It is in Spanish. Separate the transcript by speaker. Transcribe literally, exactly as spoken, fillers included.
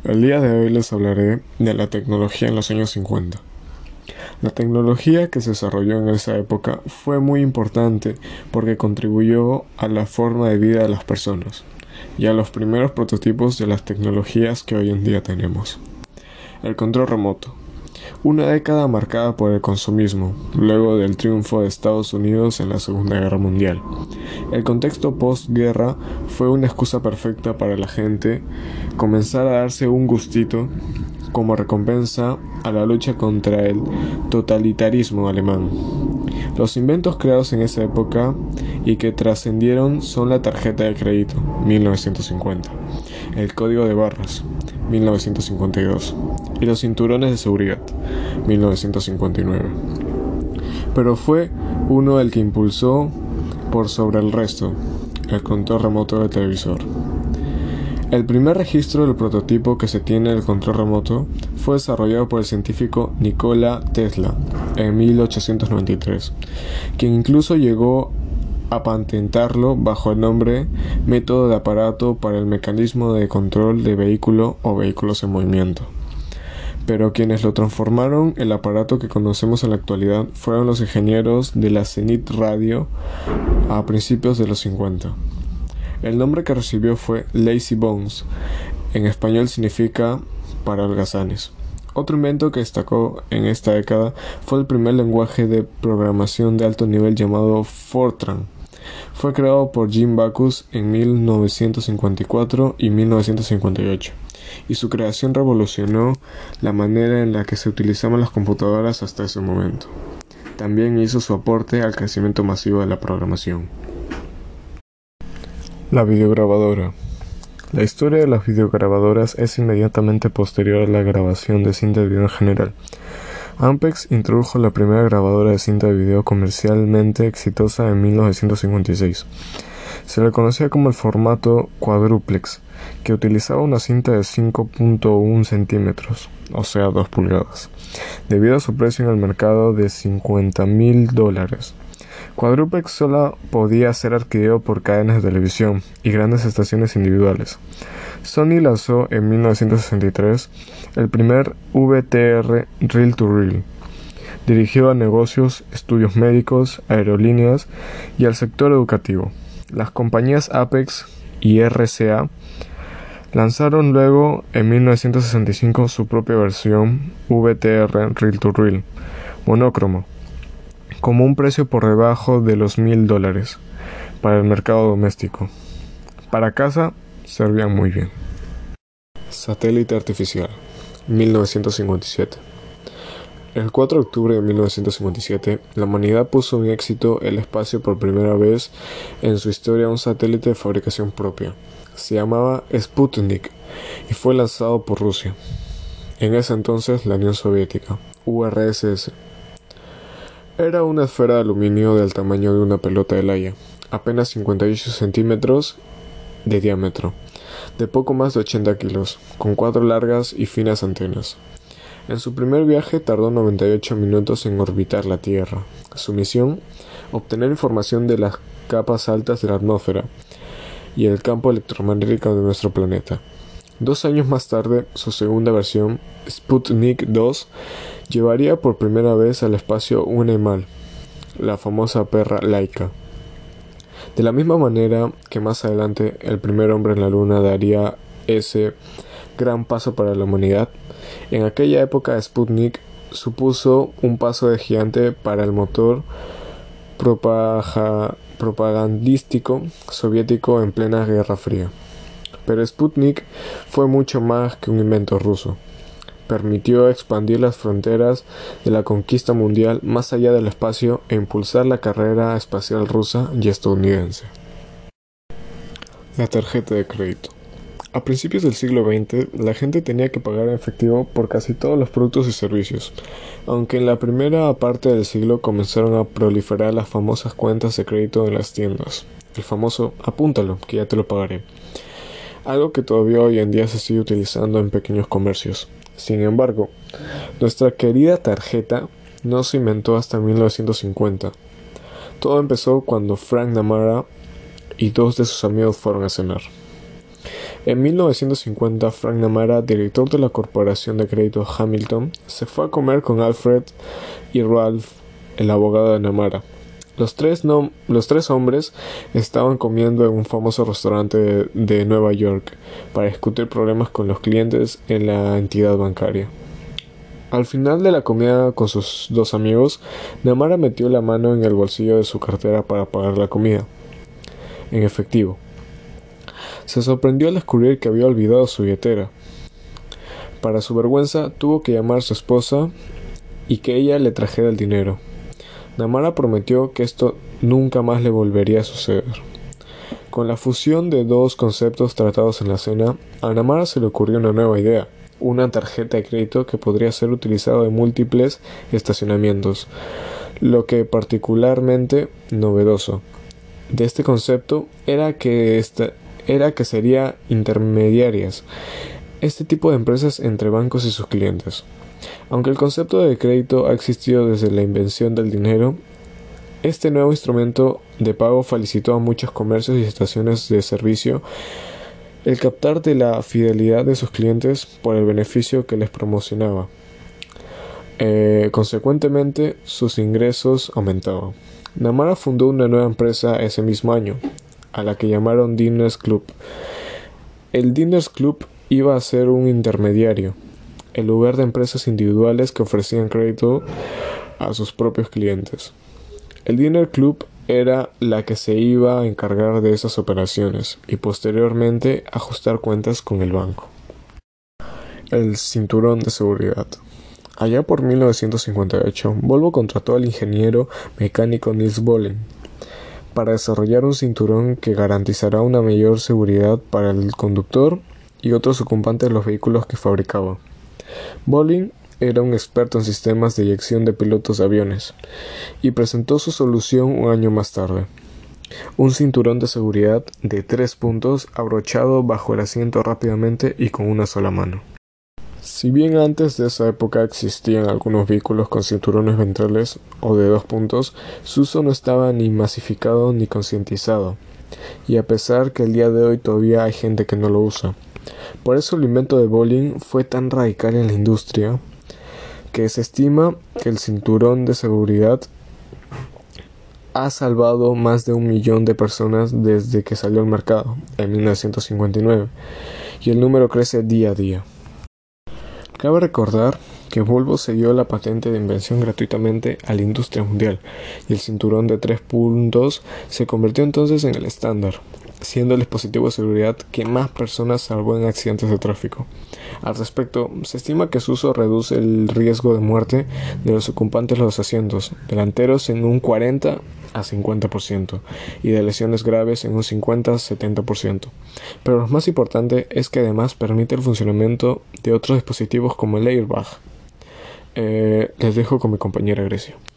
Speaker 1: El día de hoy les hablaré de la tecnología en los años cincuenta. La tecnología que se desarrolló en esa época fue muy importante porque contribuyó a la forma de vida de las personas y a los primeros prototipos de las tecnologías que hoy en día tenemos. El control remoto. Una década marcada por el consumismo, luego del triunfo de Estados Unidos en la Segunda Guerra Mundial. El contexto postguerra fue una excusa perfecta para la gente comenzar a darse un gustito como recompensa a la lucha contra el totalitarismo alemán. Los inventos creados en esa época y que trascendieron son la tarjeta de crédito, mil novecientos cincuenta, el código de barras, mil novecientos cincuenta y dos, y los cinturones de seguridad, mil novecientos cincuenta y nueve. Pero fue uno el que impulsó por sobre el resto, el control remoto del televisor. El primer registro del prototipo que se tiene del control remoto fue desarrollado por el científico Nikola Tesla en mil ochocientos noventa y tres, quien incluso llegó a patentarlo bajo el nombre método de aparato para el mecanismo de control de vehículo o vehículos en movimiento. Pero quienes lo transformaron el aparato que conocemos en la actualidad fueron los ingenieros de la Zenith Radio a principios de los cincuenta. El nombre que recibió fue Lazy Bones, en español significa para holgazanes. Otro invento que destacó en esta década fue el primer lenguaje de programación de alto nivel llamado Fortran. Fue creado por Jim Backus en mil novecientos cincuenta y cuatro y mil novecientos cincuenta y ocho, y su creación revolucionó la manera en la que se utilizaban las computadoras hasta ese momento. También hizo su aporte al crecimiento masivo de la programación. La videograbadora. La historia de las videograbadoras es inmediatamente posterior a la grabación de cinta de video en general. Ampex introdujo la primera grabadora de cinta de video comercialmente exitosa en mil novecientos cincuenta y seis. Se le conocía como el formato cuádruplex, que utilizaba una cinta de cinco punto uno centímetros, o sea dos pulgadas, debido a su precio en el mercado de cincuenta mil dólares. Quadruplex solo podía ser adquirido por cadenas de televisión y grandes estaciones individuales. Sony lanzó en mil novecientos sesenta y tres el primer V T R Reel to Reel, dirigido a negocios, estudios médicos, aerolíneas y al sector educativo. Las compañías Apex y R C A lanzaron luego en mil novecientos sesenta y cinco su propia versión V T R Reel to Reel, monócromo, como un precio por debajo de los mil dólares para el mercado doméstico. Para casa servían muy bien. Satélite artificial, mil novecientos cincuenta y siete. El cuatro de octubre de mil novecientos cincuenta y siete, la humanidad puso en éxito el espacio por primera vez en su historia un satélite de fabricación propia. Se llamaba Sputnik y fue lanzado por Rusia. En ese entonces la Unión Soviética, U R S S. Era una esfera de aluminio del tamaño de una pelota de laya, apenas cincuenta y ocho centímetros de diámetro, de poco más de ochenta kilos, con cuatro largas y finas antenas. En su primer viaje tardó noventa y ocho minutos en orbitar la Tierra. Su misión, obtener información de las capas altas de la atmósfera y el campo electromagnético de nuestro planeta. Dos años más tarde, su segunda versión, Sputnik dos, llevaría por primera vez al espacio un animal, la famosa perra Laika. De la misma manera que más adelante el primer hombre en la Luna daría ese gran paso para la humanidad, en aquella época Sputnik supuso un paso de gigante para el motor propaga, propagandístico soviético en plena Guerra Fría. Pero Sputnik fue mucho más que un invento ruso. Permitió expandir las fronteras de la conquista mundial más allá del espacio e impulsar la carrera espacial rusa y estadounidense. La tarjeta de crédito. A principios del siglo veinte, la gente tenía que pagar en efectivo por casi todos los productos y servicios, aunque en la primera parte del siglo comenzaron a proliferar las famosas cuentas de crédito en las tiendas. El famoso apúntalo, que ya te lo pagaré. Algo que todavía hoy en día se sigue utilizando en pequeños comercios. Sin embargo, nuestra querida tarjeta no se inventó hasta mil novecientos cincuenta. Todo empezó cuando Frank Namara y dos de sus amigos fueron a cenar. En mil novecientos cincuenta, Frank Namara, director de la corporación de crédito Hamilton, se fue a comer con Alfred y Ralph, el abogado de Namara. Los tres, no, los tres hombres estaban comiendo en un famoso restaurante de, de Nueva York para discutir problemas con los clientes en la entidad bancaria. Al final de la comida con sus dos amigos, Namara metió la mano en el bolsillo de su cartera para pagar la comida en efectivo. Se sorprendió al descubrir que había olvidado su billetera. Para su vergüenza, tuvo que llamar a su esposa y que ella le trajera el dinero. Namara prometió que esto nunca más le volvería a suceder. Con la fusión de dos conceptos tratados en la cena, a Namara se le ocurrió una nueva idea: una tarjeta de crédito que podría ser utilizada en múltiples estacionamientos. Lo que particularmente novedoso de este concepto era que, esta, era que sería intermediarias, este tipo de empresas entre bancos y sus clientes. Aunque el concepto de crédito ha existido desde la invención del dinero, este nuevo instrumento de pago facilitó a muchos comercios y estaciones de servicio el captar de la fidelidad de sus clientes por el beneficio que les promocionaba. Eh, consecuentemente, sus ingresos aumentaban. Namara fundó una nueva empresa ese mismo año, a la que llamaron Diners Club. El Diners Club iba a ser un intermediario, el lugar de empresas individuales que ofrecían crédito a sus propios clientes. El Diners Club era la que se iba a encargar de esas operaciones y posteriormente ajustar cuentas con el banco. El cinturón de seguridad. Allá por mil novecientos cincuenta y ocho, Volvo contrató al ingeniero mecánico Niels Bohlin para desarrollar un cinturón que garantizará una mayor seguridad para el conductor y otros ocupantes de los vehículos que fabricaba. Bohlin era un experto en sistemas de eyección de pilotos de aviones y presentó su solución un año más tarde: un cinturón de seguridad de tres puntos abrochado bajo el asiento rápidamente y con una sola mano. Si bien antes de esa época existían algunos vehículos con cinturones ventrales o de dos puntos, su uso no estaba ni masificado ni concientizado, y a pesar que el día de hoy todavía hay gente que no lo usa. Por eso el invento de Bohlin fue tan radical en la industria que se estima que el cinturón de seguridad ha salvado más de un millón de personas desde que salió al mercado en mil novecientos cincuenta y nueve, y el número crece día a día. Cabe recordar que Volvo cedió la patente de invención gratuitamente a la industria mundial, y el cinturón de tres puntos se convirtió entonces en el estándar, siendo el dispositivo de seguridad que más personas salvó en accidentes de tráfico. Al respecto, se estima que su uso reduce el riesgo de muerte de los ocupantes de los asientos delanteros en un cuarenta a cincuenta por ciento y de lesiones graves en un cincuenta a setenta por ciento. Pero lo más importante es que además permite el funcionamiento de otros dispositivos como el airbag. Eh, les dejo con mi compañera Grecia.